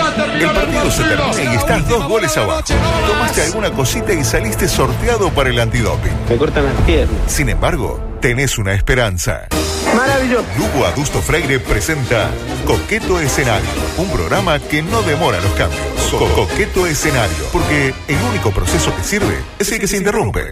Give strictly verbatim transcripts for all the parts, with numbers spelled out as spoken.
El partido se termina y estás dos goles abajo. Tomaste alguna cosita y saliste sorteado para el antidoping. Me cortan las piernas. Sin embargo, tenés una esperanza. Maravilloso. Lugo Adusto Freire presenta Coqueto Escenario, un programa que no demora los cambios. Co- Coqueto Escenario, porque el único proceso que sirve es el que se interrumpe.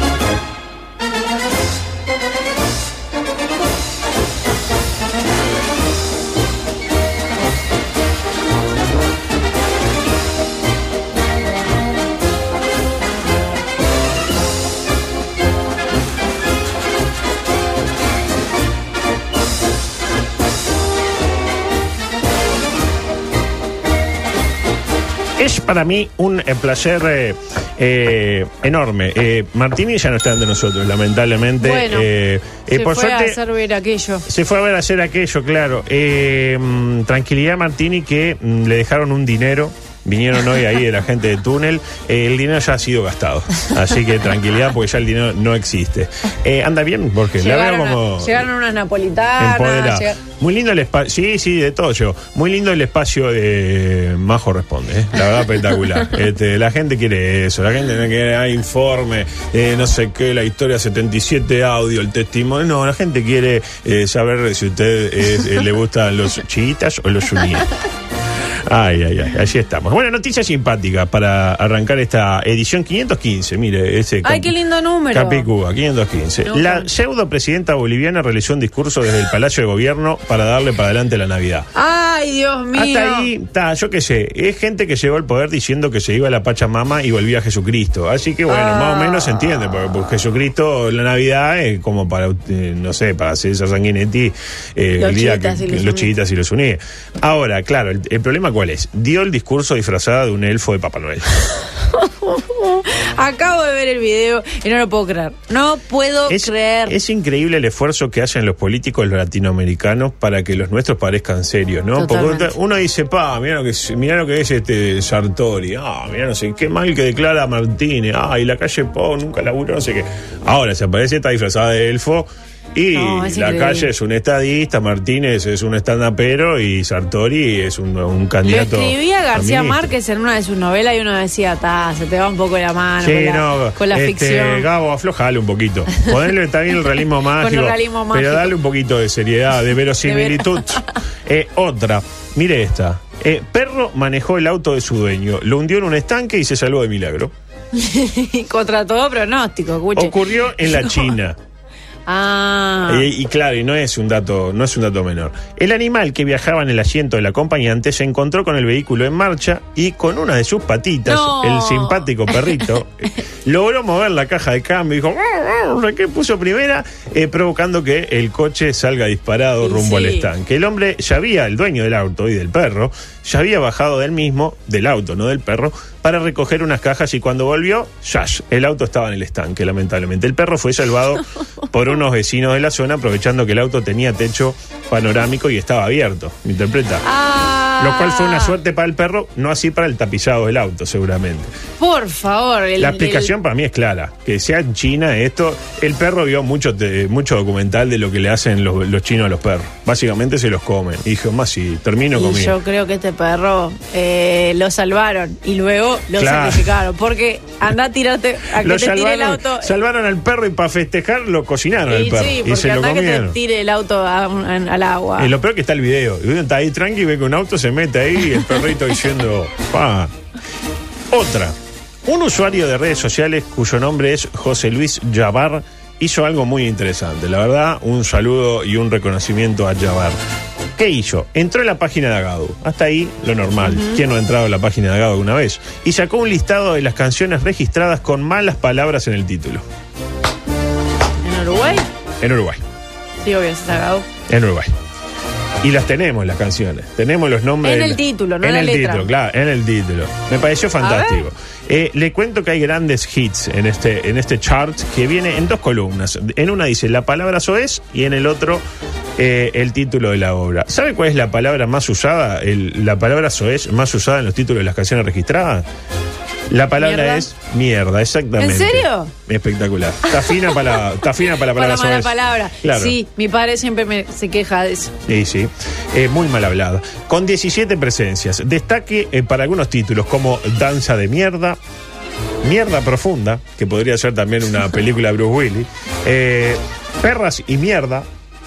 Es para mí un eh, placer eh, eh, enorme. Eh, Martini ya no está entre nosotros, lamentablemente. Bueno, eh, eh, se por fue suerte, a hacer ver aquello. Se fue a ver a hacer aquello, claro. Eh, mm, tranquilidad, Martini, que mm, le dejaron un dinero. Vinieron hoy ahí de la gente de Túnel. Eh, el dinero ya ha sido gastado. Así que tranquilidad, porque ya el dinero no existe. Eh, ¿Anda bien? Porque Llegaron, la veo como... a, llegaron unas napolitanas. Empoderada. Llega... Muy lindo el espacio. Sí, sí, de todo yo. Muy lindo el espacio de Majo Responde, ¿eh? La verdad, espectacular. Este, la gente quiere eso. La gente no quiere ah, informe, eh, no sé qué, la historia setenta y siete audio, el testimonio. No, la gente quiere eh, saber si usted es, eh, le gustan los chiitas o los suníes. Ay, ay, ay, allí estamos. Buena noticia simpática para arrancar esta edición quinientos quince. Mire, ese. Ay, qué lindo número. Capicúa, quinientos quince. No, la pseudo presidenta boliviana realizó un discurso desde el Palacio de Gobierno para darle para adelante la Navidad. Ay, Dios mío. Hasta ahí, ta, yo qué sé, es gente que llegó al poder diciendo que se iba a la Pachamama y volvía a Jesucristo. Así que bueno, ah. más o menos se entiende, porque pues, Jesucristo, la Navidad es como para, eh, no sé, para hacer esa sanguinetti eh, el día que, que los chiitas y los uníes. Ahora, claro, el, el problema ¿cuál es? Dio el discurso disfrazada de un elfo de Papá Noel. Acabo de ver el video y no lo puedo creer. No puedo es, creer. Es increíble el esfuerzo que hacen los políticos los latinoamericanos para que los nuestros parezcan serios, ¿no? Totalmente. Porque uno dice, pa, mirá lo que, mirá lo que es este Sartori, ah, mirá no sé, qué mal que declara Martínez, ah, y la calle Pau nunca laburó, no sé qué. Ahora se aparece esta disfrazada de elfo. Y no, la increíble. Calle es un estadista, Martínez es un stand-upero y Sartori es un, un candidato. Lo escribía García feminista. Márquez en una de sus novelas y uno decía, ta, se te va un poco la mano sí, con la, no, con la este, ficción. Gabo, aflojale un poquito. Ponerle está bien el realismo mágico, el realismo mágico. Pero dale un poquito de seriedad, de verosimilitud. eh, otra, mire esta. Eh, perro manejó el auto de su dueño, lo hundió en un estanque y se salvó de milagro. Contra todo pronóstico, escuche. Ocurrió en la no. China. Ah. Y, y claro, y no es un dato, no es un dato menor. El animal que viajaba en el asiento del acompañante se encontró con el vehículo en marcha y con una de sus patitas, no. el simpático perrito, logró mover la caja de cambio y dijo, ¿qué puso primera? Eh, provocando que el coche salga disparado y rumbo sí. al estanque. El hombre ya había, el dueño del auto y del perro, ya había bajado del mismo, del auto, no del perro, para recoger unas cajas y cuando volvió, ¡shash! El auto estaba en el estanque, lamentablemente. El perro fue salvado por unos vecinos de la zona, aprovechando que el auto tenía techo panorámico y estaba abierto. ¿Me interpreta? Ah. Lo cual fue una suerte para el perro, no así para el tapizado del auto, seguramente. Por favor. El, la explicación el... para mí es clara. Que sea en China esto, el perro vio mucho, te, mucho documental de lo que le hacen los, los chinos a los perros. Básicamente se los comen. Y dijo, más si termino y comiendo. Yo creo que este perro eh, lo salvaron y luego lo claro. sacrificaron. Porque anda a tirarte a que lo te salvaron, tire el auto. Salvaron al perro y para festejar lo cocinaron al y perro. Sí, y se lo anda comieron. que te tire el auto a, a, al agua. Y lo peor que está el video. Y uno está ahí tranqui, ve que un auto se mete ahí y el perrito diciendo, pa. Otra. Un usuario de redes sociales cuyo nombre es José Luis Yabar hizo algo muy interesante. La verdad, un saludo y un reconocimiento a Yabar. ¿Qué hizo? Entró en la página de Agadu. Hasta ahí lo normal. Uh-huh. ¿Quién no ha entrado en la página de Agadu alguna vez? Y sacó un listado de las canciones registradas con malas palabras en el título. ¿En Uruguay? En Uruguay. Sí, obvio, es Agadu. En Uruguay. Y las tenemos, las canciones. Tenemos los nombres. En el la... título, no en la el letra. título, claro, en el título. Me pareció fantástico. Eh, le cuento que hay grandes hits en este, en este chart que viene en dos columnas. En una dice la palabra soez y en el otro eh, el título de la obra. ¿Sabe cuál es la palabra más usada? El, la palabra soez más usada en los títulos de las canciones registradas. La palabra ¿Mierda? es mierda, exactamente. ¿En serio? Espectacular. Está fina para la, está fina para la palabra. Para mala soez. palabra. Claro. Sí, mi padre siempre me, se queja de eso. Sí, sí. Eh, muy mal hablada. Con diecisiete presencias. Destaque eh, para algunos títulos como Danza de Mierda, Mierda Profunda, que podría ser también una película de Bruce Willis, eh, Perras y Mierda,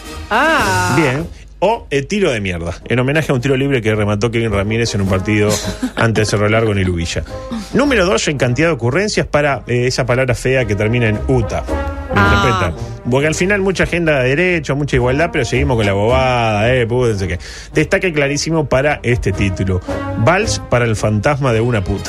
Ah. bien, o eh, Tiro de Mierda, en homenaje a un tiro libre que remató Kevin Ramírez en un partido ante el Cerro Largo en Ilubilla. Número dos en cantidad de ocurrencias para eh, esa palabra fea que termina en uta. ¿Me Ah. interpreta? Porque al final mucha agenda de derecho, mucha igualdad, pero seguimos con la bobada, eh, puta, no sé qué. Destaque clarísimo para este título: Vals para el fantasma de una puta.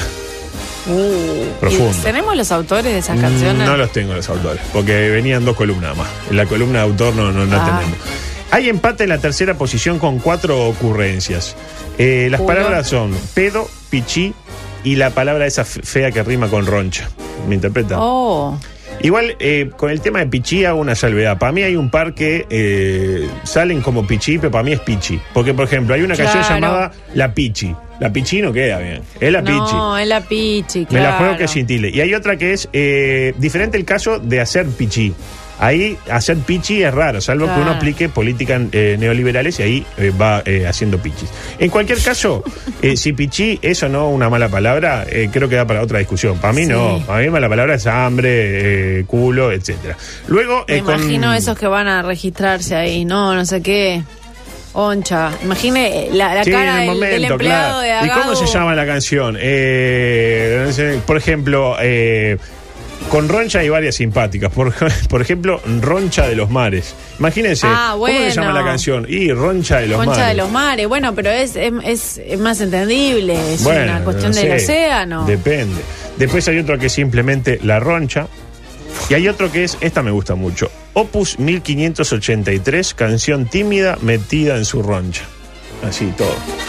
Uh, Profundo. ¿Y ¿Tenemos los autores de esas canciones? No los tengo los autores, porque venían dos columnas más. En la columna de autor no, no, no Ah. tenemos. Hay empate en la tercera posición con cuatro ocurrencias. Eh, las Uno. palabras son pedo, pichí y la palabra esa f- fea que rima con roncha. ¿Me interpreta? Oh. Igual, eh, con el tema de pichí hago una salvedad. Para mí hay un par que eh, salen como pichí, pero para mí es pichi. Porque, por ejemplo, hay una canción Claro. llamada La Pichi. La Pichi no queda bien. Es La Pichi. No, es la pichi, Me claro. la juego que es sin tilde. Y hay otra que es eh, diferente el caso de hacer pichí. Ahí hacer pichi es raro, salvo Claro. que uno aplique políticas eh, neoliberales y ahí eh, va eh, haciendo pichis. En cualquier caso, eh, si pichí es o no una mala palabra, eh, creo que da para otra discusión. Para mí Sí. no. Para mí mala palabra es hambre, eh, culo, etcétera. Luego, Me eh, con- imagino esos que van a registrarse ahí, no, no sé qué. Oncha. Imagine la, la Sí, cara en el del, momento, del empleado claro. de ¿Y Agago. cómo se llama la canción? Eh, no sé, por ejemplo, eh, con Roncha hay varias simpáticas. Por, por ejemplo, Roncha de los Mares. Imagínense, Ah, ¿cómo se bueno. llama la canción? Y Roncha de los Concha Mares. de los mares, bueno, pero es, es, es- es más entendible, es Bueno, una cuestión no del sé, océano. Depende. Después hay otro que es simplemente La Roncha. Y hay otro que es, esta me gusta mucho, Opus mil quinientos ochenta y tres, canción tímida metida en su roncha. Así todo.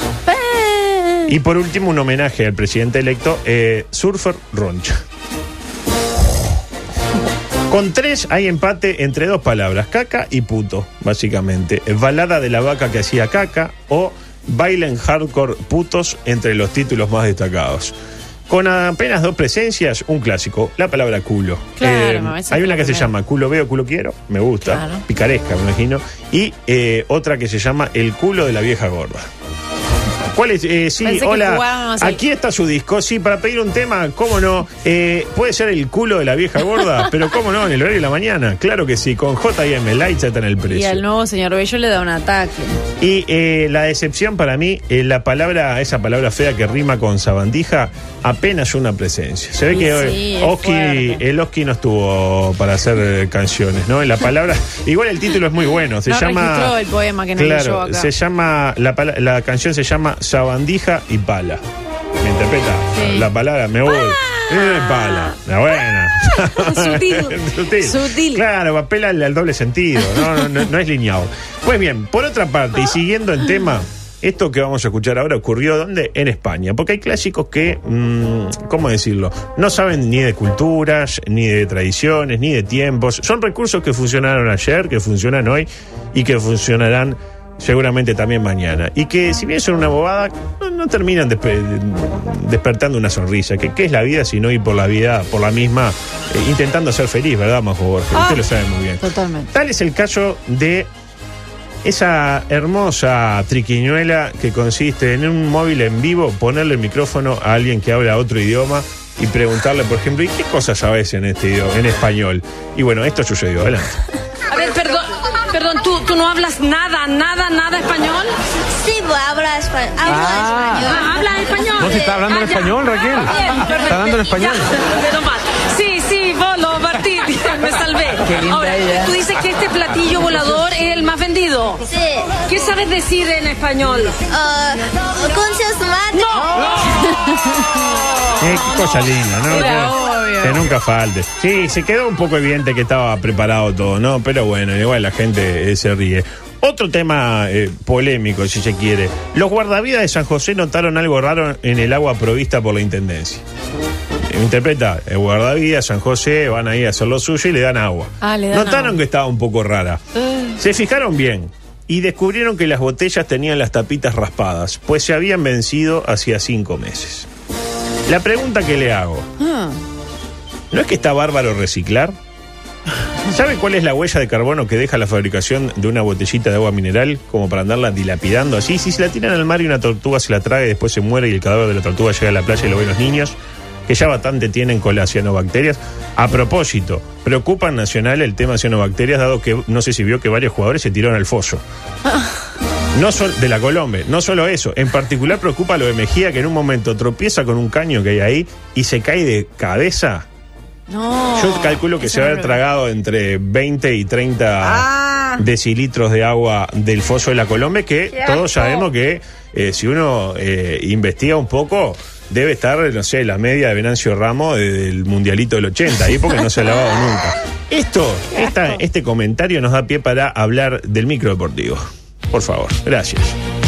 Eh, Y por último, un homenaje al presidente electo, eh, Surfer Roncha. Con tres hay empate entre dos palabras, caca y puto, básicamente. Balada de la vaca que hacía caca o baile en hardcore putos entre los títulos más destacados. Con apenas dos presencias, un clásico, la palabra culo. Claro, me parece hay una que se primero. llama culo veo, culo quiero, me gusta, Claro. picaresca, me imagino. Y eh, otra que se llama el culo de la vieja gorda. ¿Cuál es? Eh, sí, Pensé que hola. jugábamos al- Aquí está su disco. Sí, para pedir un tema, ¿cómo no? Eh, puede ser el culo de la vieja gorda, pero ¿cómo no? En el horario de la mañana. Claro que sí, con J M Light ya está en el y precio. al nuevo señor Bello le da un ataque. Y eh, la decepción para mí, eh, la palabra, esa palabra fea que rima con sabandija, apenas una presencia. Se ve Y que sí, eh, es Oski, fuerte. el Oski no estuvo para hacer eh, canciones, ¿no? La palabra, igual el título es muy bueno, se No llama... registró el poema que nos leyó Claro, acá. se llama, la, pala- la canción se llama Sabandija y Pala. ¿Me interpreta? Sí. La palabra, me voy. Eh, pala, la buena. Sutil. Sutil. Sutil. Claro, papela al, al doble sentido, no, no, no, no es lineal. Pues bien, por otra parte, y siguiendo el tema, esto que vamos a escuchar ahora ocurrió ¿dónde? En España. Porque hay clásicos que, mmm, ¿cómo decirlo? No saben ni de culturas, ni de tradiciones, ni de tiempos. Son recursos que funcionaron ayer, que funcionan hoy y que funcionarán seguramente también mañana. Y que si bien son una bobada, no, no terminan despe- despertando una sonrisa. Que, ¿Qué es la vida si no ir por la vida, por la misma, eh, intentando ser feliz, ¿verdad, Majo Borges? Ah, Usted lo sabe muy bien. Totalmente. Tal es el caso de esa hermosa triquiñuela que consiste en un móvil en vivo, ponerle el micrófono a alguien que habla otro idioma y preguntarle, por ejemplo, ¿y qué cosas sabes en este idioma, en español? Y bueno, esto sucedió. Adelante. A ver, perdón, perdón, ¿tú, tú no hablas nada, nada, nada español? Sí, pues habla, espa- habla español. Ah, ¿hablas español? ¿No se está hablando en Ah, ya. español, Raquel? Ah, bien, perfecto. ¿Está hablando en español? Ya, menos mal. Sí, sí, volo, Martín, me salvé. Qué linda Ahora, ella. tú dices que este platillo volador es el más vendido. Sí. ¿Qué sabes decir en español? Ah, concha su madre. Eh, qué cosa linda, ¿no? Era que, obvio. que nunca falte. Sí, se quedó un poco evidente que estaba preparado todo, ¿no? Pero bueno, igual la gente eh, se ríe. Otro tema eh, polémico, si se quiere. Los guardavidas de San José notaron algo raro en el agua provista por la Intendencia. ¿Me interpreta? El guardavidas, San José, van ahí a hacer lo suyo y le dan agua. Ah, le dan Notaron agua. que estaba un poco rara. Eh. Se fijaron bien y descubrieron que las botellas tenían las tapitas raspadas, pues se habían vencido hacía cinco meses. La pregunta que le hago, Ah, ¿No es que está bárbaro reciclar? ¿Sabe cuál es la huella de carbono que deja la fabricación de una botellita de agua mineral como para andarla dilapidando así? Si se la tiran al mar y una tortuga se la traga y después se muere y el cadáver de la tortuga llega a la playa y lo ven los niños, que ya bastante tienen con las cianobacterias. A propósito, preocupa en Nacional el tema cianobacterias, dado que no sé si vio que varios jugadores se tiraron al foso. No solo de la Colombe, no solo eso, en particular preocupa lo de Mejía, que en un momento tropieza con un caño que hay ahí y se cae de cabeza. No. Yo calculo que se va a haber tragado entre veinte y treinta ah. decilitros de agua del foso de la Colombe, que Qué todos asco. sabemos que eh, si uno eh, investiga un poco, debe estar, no sé, la media de Venancio Ramos del Mundialito del ochenta, ahí porque no se ha lavado nunca. Esto, esta, este comentario nos da pie para hablar del microdeportivo. Por favor, gracias.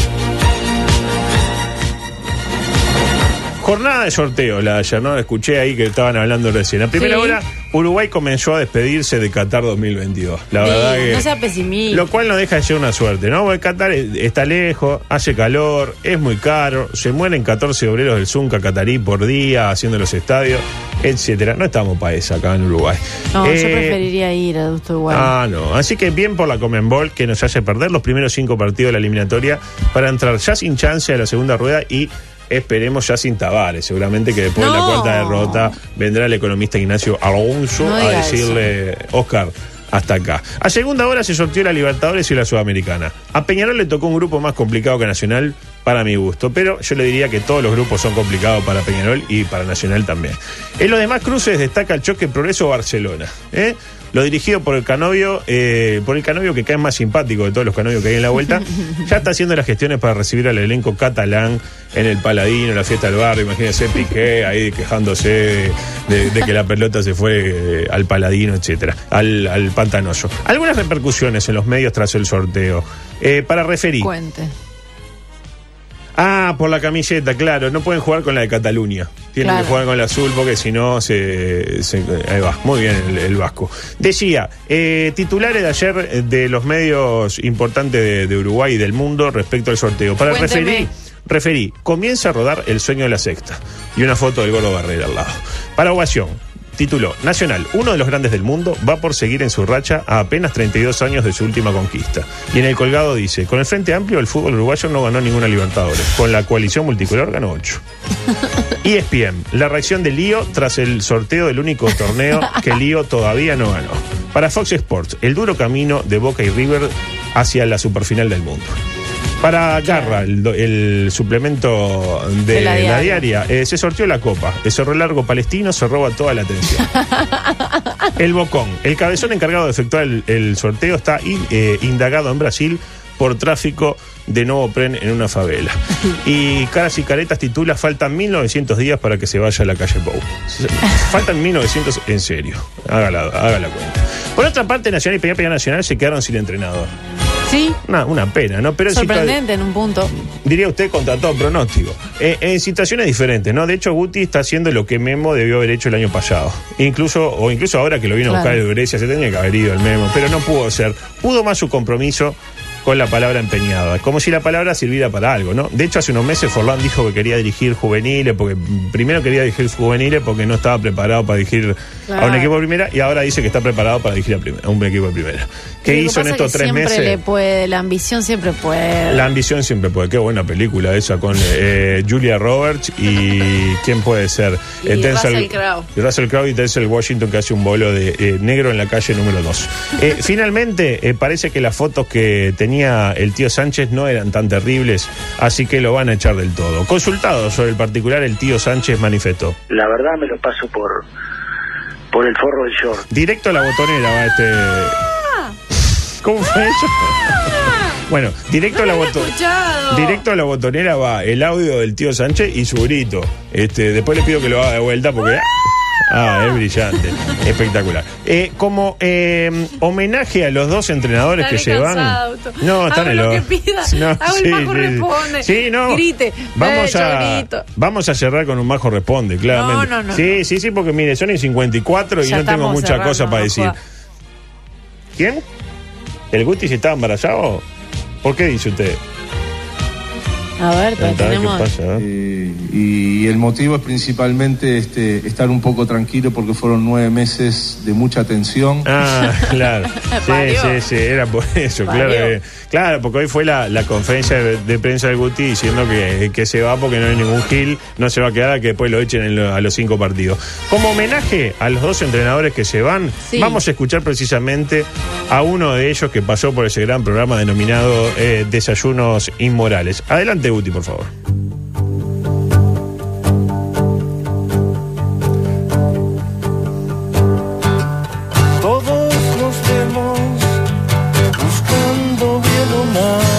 Jornada de sorteo, la de ayer, ¿no? Escuché ahí que estaban hablando recién. A primera sí. hora, Uruguay comenzó a despedirse de Qatar dos mil veintidós. La sí, verdad que... no sea pesimista. Lo cual no deja de ser una suerte, ¿no? Porque Qatar está lejos, hace calor, es muy caro, se mueren catorce obreros del Zunca catarí por día haciendo los estadios, etcétera. No estamos para eso acá en Uruguay. No, eh, yo preferiría ir a Uruguay. Ah, no. Así que bien por la Conmebol, que nos hace perder los primeros cinco partidos de la eliminatoria para entrar ya sin chance a la segunda rueda y... esperemos ya sin Tavares, seguramente que después no. de la cuarta derrota vendrá el economista Ignacio Alonso no a decirle, eso. Oscar, hasta acá. A segunda hora se sorteó la Libertadores y la Sudamericana. A Peñarol le tocó un grupo más complicado que Nacional, para mi gusto, pero yo le diría que todos los grupos son complicados para Peñarol y para Nacional también. En los demás cruces destaca el choque Progreso-Barcelona, ¿eh? Lo dirigido por el Canovio, eh, por el Canovio que cae más simpático de todos los Canovios que hay en la vuelta, ya está haciendo las gestiones para recibir al elenco catalán en el Paladino, la fiesta del barrio. Imagínense Piqué ahí quejándose de, de, de que la pelota se fue eh, al Paladino, etcétera, al, al Pantanoso. Algunas repercusiones en los medios tras el sorteo. Eh, para referir. Cuente. Ah, por la camiseta, claro, no pueden jugar con la de Cataluña. Tienen claro. que jugar con la azul porque si no se, se... Ahí va, muy bien el, el vasco. Decía, eh, titulares de ayer de los medios importantes de, de Uruguay y del mundo respecto al sorteo. Para referir, referí, comienza a rodar El sueño de la sexta. Y una foto del Gordo Barrera al lado. Para ovación. Tituló, Nacional, uno de los grandes del mundo, va por seguir en su racha a apenas treinta y dos años de su última conquista. Y en el colgado dice, con el Frente Amplio el fútbol uruguayo no ganó ninguna Libertadores. Con la coalición multicolor ganó ocho. E S P N, la reacción de Lío tras el sorteo del único torneo que Lío todavía no ganó. Para Fox Sports, el duro camino de Boca y River hacia la superfinal del mundo. Para Garra, el, el suplemento de, de la diaria, la diaria eh, se sorteó la copa. El Cerro Largo palestino se roba toda la atención. El Bocón, el cabezón encargado de efectuar el, el sorteo, está in, eh, indagado en Brasil por tráfico de nuevo pren en una favela. Y Caras y Caretas titula, faltan mil novecientos días para que se vaya a la calle Pou. Faltan mil novecientos, en serio. Hágala, haga la cuenta. Por otra parte, Nacional y Peña Peña Nacional se quedaron sin entrenador. Sí. Una, una pena, ¿no? Pero sorprendente en, en un punto. Diría usted contra todo pronóstico. Eh, en situaciones diferentes, ¿no? De hecho, Guti está haciendo lo que Memo debió haber hecho el año pasado. Incluso, o incluso ahora que lo vino claro. a buscar el Grecia, se tenía que haber ido el Memo, pero no pudo ser. Pudo más su compromiso con la palabra empeñada, como si la palabra sirviera para algo, ¿no? De hecho, hace unos meses Forlán dijo que quería dirigir juveniles, porque primero quería dirigir juveniles porque no estaba preparado para dirigir claro. a un equipo de primera, y ahora dice que está preparado para dirigir a, primera, a un equipo de primera. ¿Qué Lo hizo que en estos tres siempre meses? Siempre le puede, la ambición siempre puede. La ambición siempre puede. Qué buena película esa con eh, Julia Roberts y ¿quién puede ser? Y eh, Russell Crowe. Russell Crowe y Denzel Washington, que hace un bolo de eh, negro en la calle número dos. Eh, finalmente, eh, parece que las fotos que tenía el tío Sánchez no eran tan terribles, así que lo van a echar del todo. Consultado sobre el particular, el tío Sánchez manifestó: la verdad me lo paso por por el forro del short. Directo a la botonera va este... Ah. ¿Cómo fue eso? Ah. Bueno, directo, no a la boto... directo a la botonera va el audio del tío Sánchez y su grito. Este, después le pido que lo haga de vuelta porque... Ah. Ah, es brillante, espectacular. Eh, como eh, homenaje a los dos entrenadores Dale que se van. Auto. No, están en lo que pida. No, Hago sí, el majo sí, responde. Sí, no. Grite. Vamos eh, a grito. vamos a cerrar con un majo responde, claramente. No, no, no. Sí, no. sí, sí, porque mire, son en cincuenta y cuatro y ya no tengo mucha cerrando, cosa para decir. Juega. ¿Quién? ¿El Guti se estaba embarazado? ¿Por qué dice usted? A ver, pero Cuéntame tenemos... qué pasa, ¿eh? Eh, y el motivo es principalmente este, estar un poco tranquilo porque fueron nueve meses de mucha tensión. Ah, claro. Sí, Parió. sí, sí, era por eso, claro. Parió. eh, claro, porque hoy fue la, la conferencia de, de prensa del Guti diciendo que, que se va porque no hay ningún gil, no se va a quedar a que después lo echen en lo- a los cinco partidos. Como homenaje a los dos entrenadores que se van, Sí. vamos a escuchar precisamente a uno de ellos que pasó por ese gran programa denominado eh, Desayunos Inmorales. Adelante, Guti, por favor. Todos nos vemos buscando bien o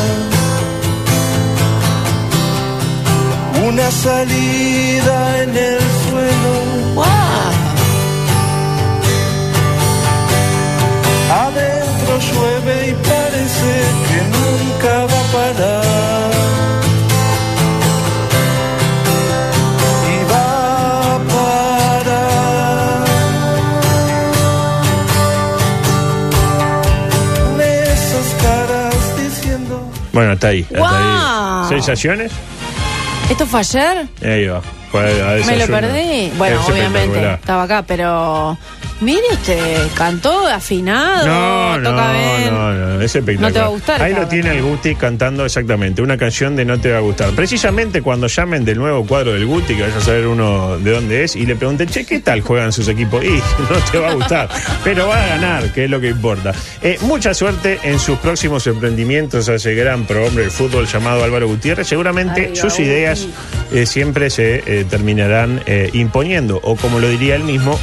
mal una salida en el suelo. ¡Wow! Adentro llueve y parece que nunca va a parar. Y va a parar. Esas caras diciendo. Bueno, hasta ahí. Hasta ¡Guau! ahí. ¿Sensaciones? ¿Esto fue ayer? Ahí va. Fue a Me lo desayuno. perdí. Bueno, Es obviamente, espectacular. estaba acá, pero... Mire usted, cantó afinado, No, no, toca bien. no, no, es espectacular. No te va a gustar, Ahí lo cabrón. tiene el Guti cantando exactamente, una canción de No te va a gustar. Precisamente cuando llamen del nuevo cuadro del Guti, que vaya a saber uno de dónde es, y le pregunten, che, ¿qué tal juegan sus equipos? Y no te va a gustar, pero va a ganar, que es lo que importa. Eh, mucha suerte en sus próximos emprendimientos a ese gran prohombre del fútbol llamado Álvaro Gutiérrez. Seguramente Arriba, sus Guti. ideas eh, siempre se eh, terminarán eh, imponiendo, o como lo diría él mismo,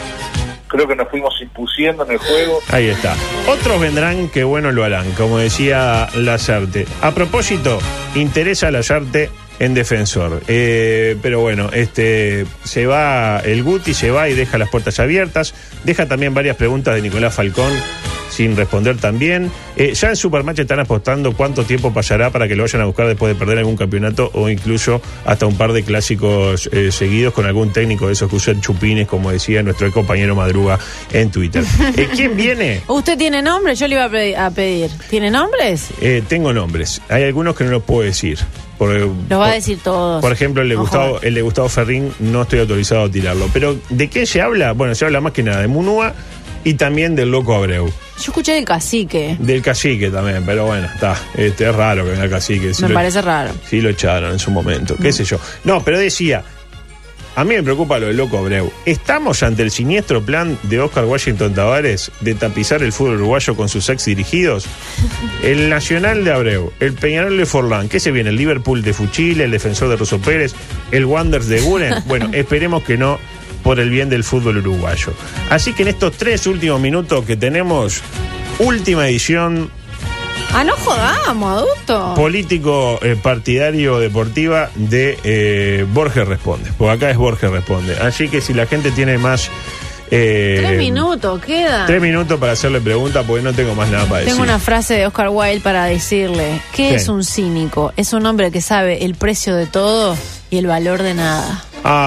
Creo que nos fuimos impusiendo en el juego. ahí está. Otros vendrán que bueno lo harán, como decía Lazarte. A propósito, interesa a Lazarte en Defensor. Eh, pero bueno, este se va el Guti, se va y deja las puertas abiertas. Deja también varias preguntas de Nicolás Falcón sin responder también. Eh, ya en Supermatch están apostando cuánto tiempo pasará para que lo vayan a buscar después de perder algún campeonato o incluso hasta un par de clásicos eh, seguidos con algún técnico de esos que usan chupines, como decía nuestro compañero Madruga en Twitter. Eh, ¿Quién viene? ¿Usted tiene nombre? Yo le iba a pe- a pedir. ¿Tiene nombres? Eh, tengo nombres. Hay algunos que no los puedo decir. Por, Los va por- a decir todos. Por ejemplo, el de, Ojo. Gustavo, el de Gustavo Ferrín no estoy autorizado a tirarlo. Pero ¿de qué se habla? Bueno, se habla más que nada de Munúa y también del Loco Abreu. Yo escuché del cacique. Del Cacique también, pero bueno, está. Este, es raro que venga el Cacique. Sí Me lo- parece raro. Sí lo echaron en su momento, qué sé yo. No, pero decía, a mí me preocupa lo del Loco Abreu. ¿Estamos ante el siniestro plan de Oscar Washington Tavares de tapizar el fútbol uruguayo con sus ex dirigidos? El Nacional de Abreu, el Peñarol de Forlán, ¿qué se viene? El Liverpool de Fuchile, el Defensor de Russo Pérez, el Wanderers de Guren. Bueno, esperemos que no, por el bien del fútbol uruguayo. Así que en estos tres últimos minutos que tenemos, última edición Ah, no jodamos, adulto. político eh, partidario deportiva de eh, Borges Responde. Porque acá es Borges Responde. Así que si la gente tiene más... eh, Tres minutos, queda. Tres minutos para hacerle pregunta porque no tengo más nada para Tengo decir. una frase de Oscar Wilde para decirle. ¿Qué ¿Qué? es un cínico? Es un hombre que sabe el precio de todo y el valor de nada.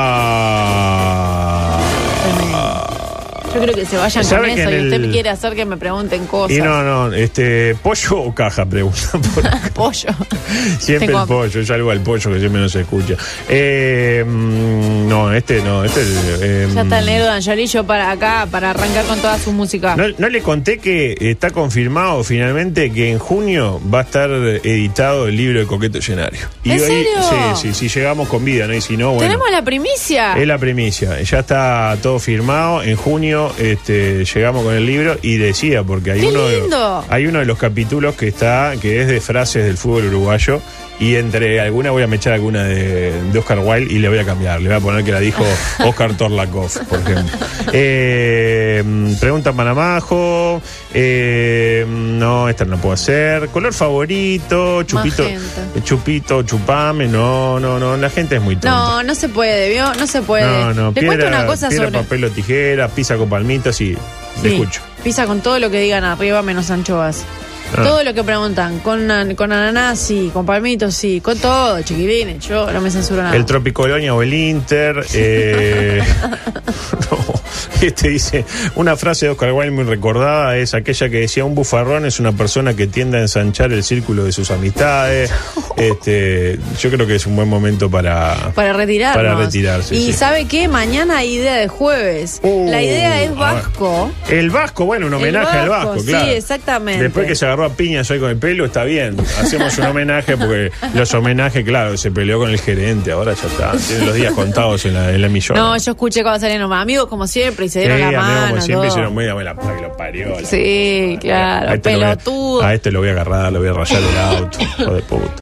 Ah... Yo creo que se vayan con ¿Sabe que eso y en usted el- quiere hacer que me pregunten cosas. Y no, no, este, ¿pollo o caja? Pregunta por acá. Pollo. Siempre Tengo el pollo, yo algo al pollo que siempre no se escucha. Eh, mm, no, este no, este... eh, Ya está el negro de Angelillo para acá, para arrancar con toda su música. No, no le conté que está confirmado finalmente que en junio va a estar editado el libro de Coqueto Escenario. ¿En ahí- serio? Sí, sí, si llegamos con vida, ¿no? Y si no, bueno. Tenemos la primicia. Es la primicia, ya está todo firmado. En junio este, llegamos con el libro y decía, porque hay ¡Qué uno, de, lindo! hay uno de los capítulos que está, que es de frases del fútbol uruguayo. Y entre alguna voy a mechar alguna de, de Oscar Wilde y le voy a cambiar. Le voy a poner que la dijo Oscar Torlakov, por ejemplo. Eh, pregunta Panamajo. Eh, no, esta no puedo hacer. Color favorito, chupito, Magenta. chupito, chupame. No, no, no. La gente es muy tonta. No, no se puede, ¿vio? No se puede. No, no, Le cuento una cosa piedra, sobre... papel o tijera, pisa con palmitas y le Sí, escucho. pisa con todo lo que digan arriba menos anchoas. Ah. Todo lo que preguntan, con, an- con ananá sí, con palmitos sí, con todo, chiquilines. Yo no me censuro nada. El Tropicolonia o el Inter. Eh, no. Este dice, una frase de Oscar Wilde muy recordada es aquella que decía: un bufarrón es una persona que tiende a ensanchar el círculo de sus amistades. Este, yo creo que es un buen momento para para retirarnos. Para retirarse. Y sí. ¿sabe qué? Mañana hay idea de jueves. Uh, La idea es Vasco. El Vasco, bueno, un homenaje El Vasco, al Vasco, claro. Sí, exactamente. Después que se agarró a piñas hoy con el pelo, está bien. Hacemos un homenaje porque los homenajes, claro, se peleó con el gerente, ahora ya está. Tienen los días contados en la, en la millón. No, yo escuché cuando salieron amigos como siempre y se dieron sí, la amigos, mano. como siempre todo. hicieron muy la la que lo parió. La sí, puta, claro, a este pelotudo. Lo voy a, a este lo voy a agarrar, lo voy a rayar el auto. Hijo de puta.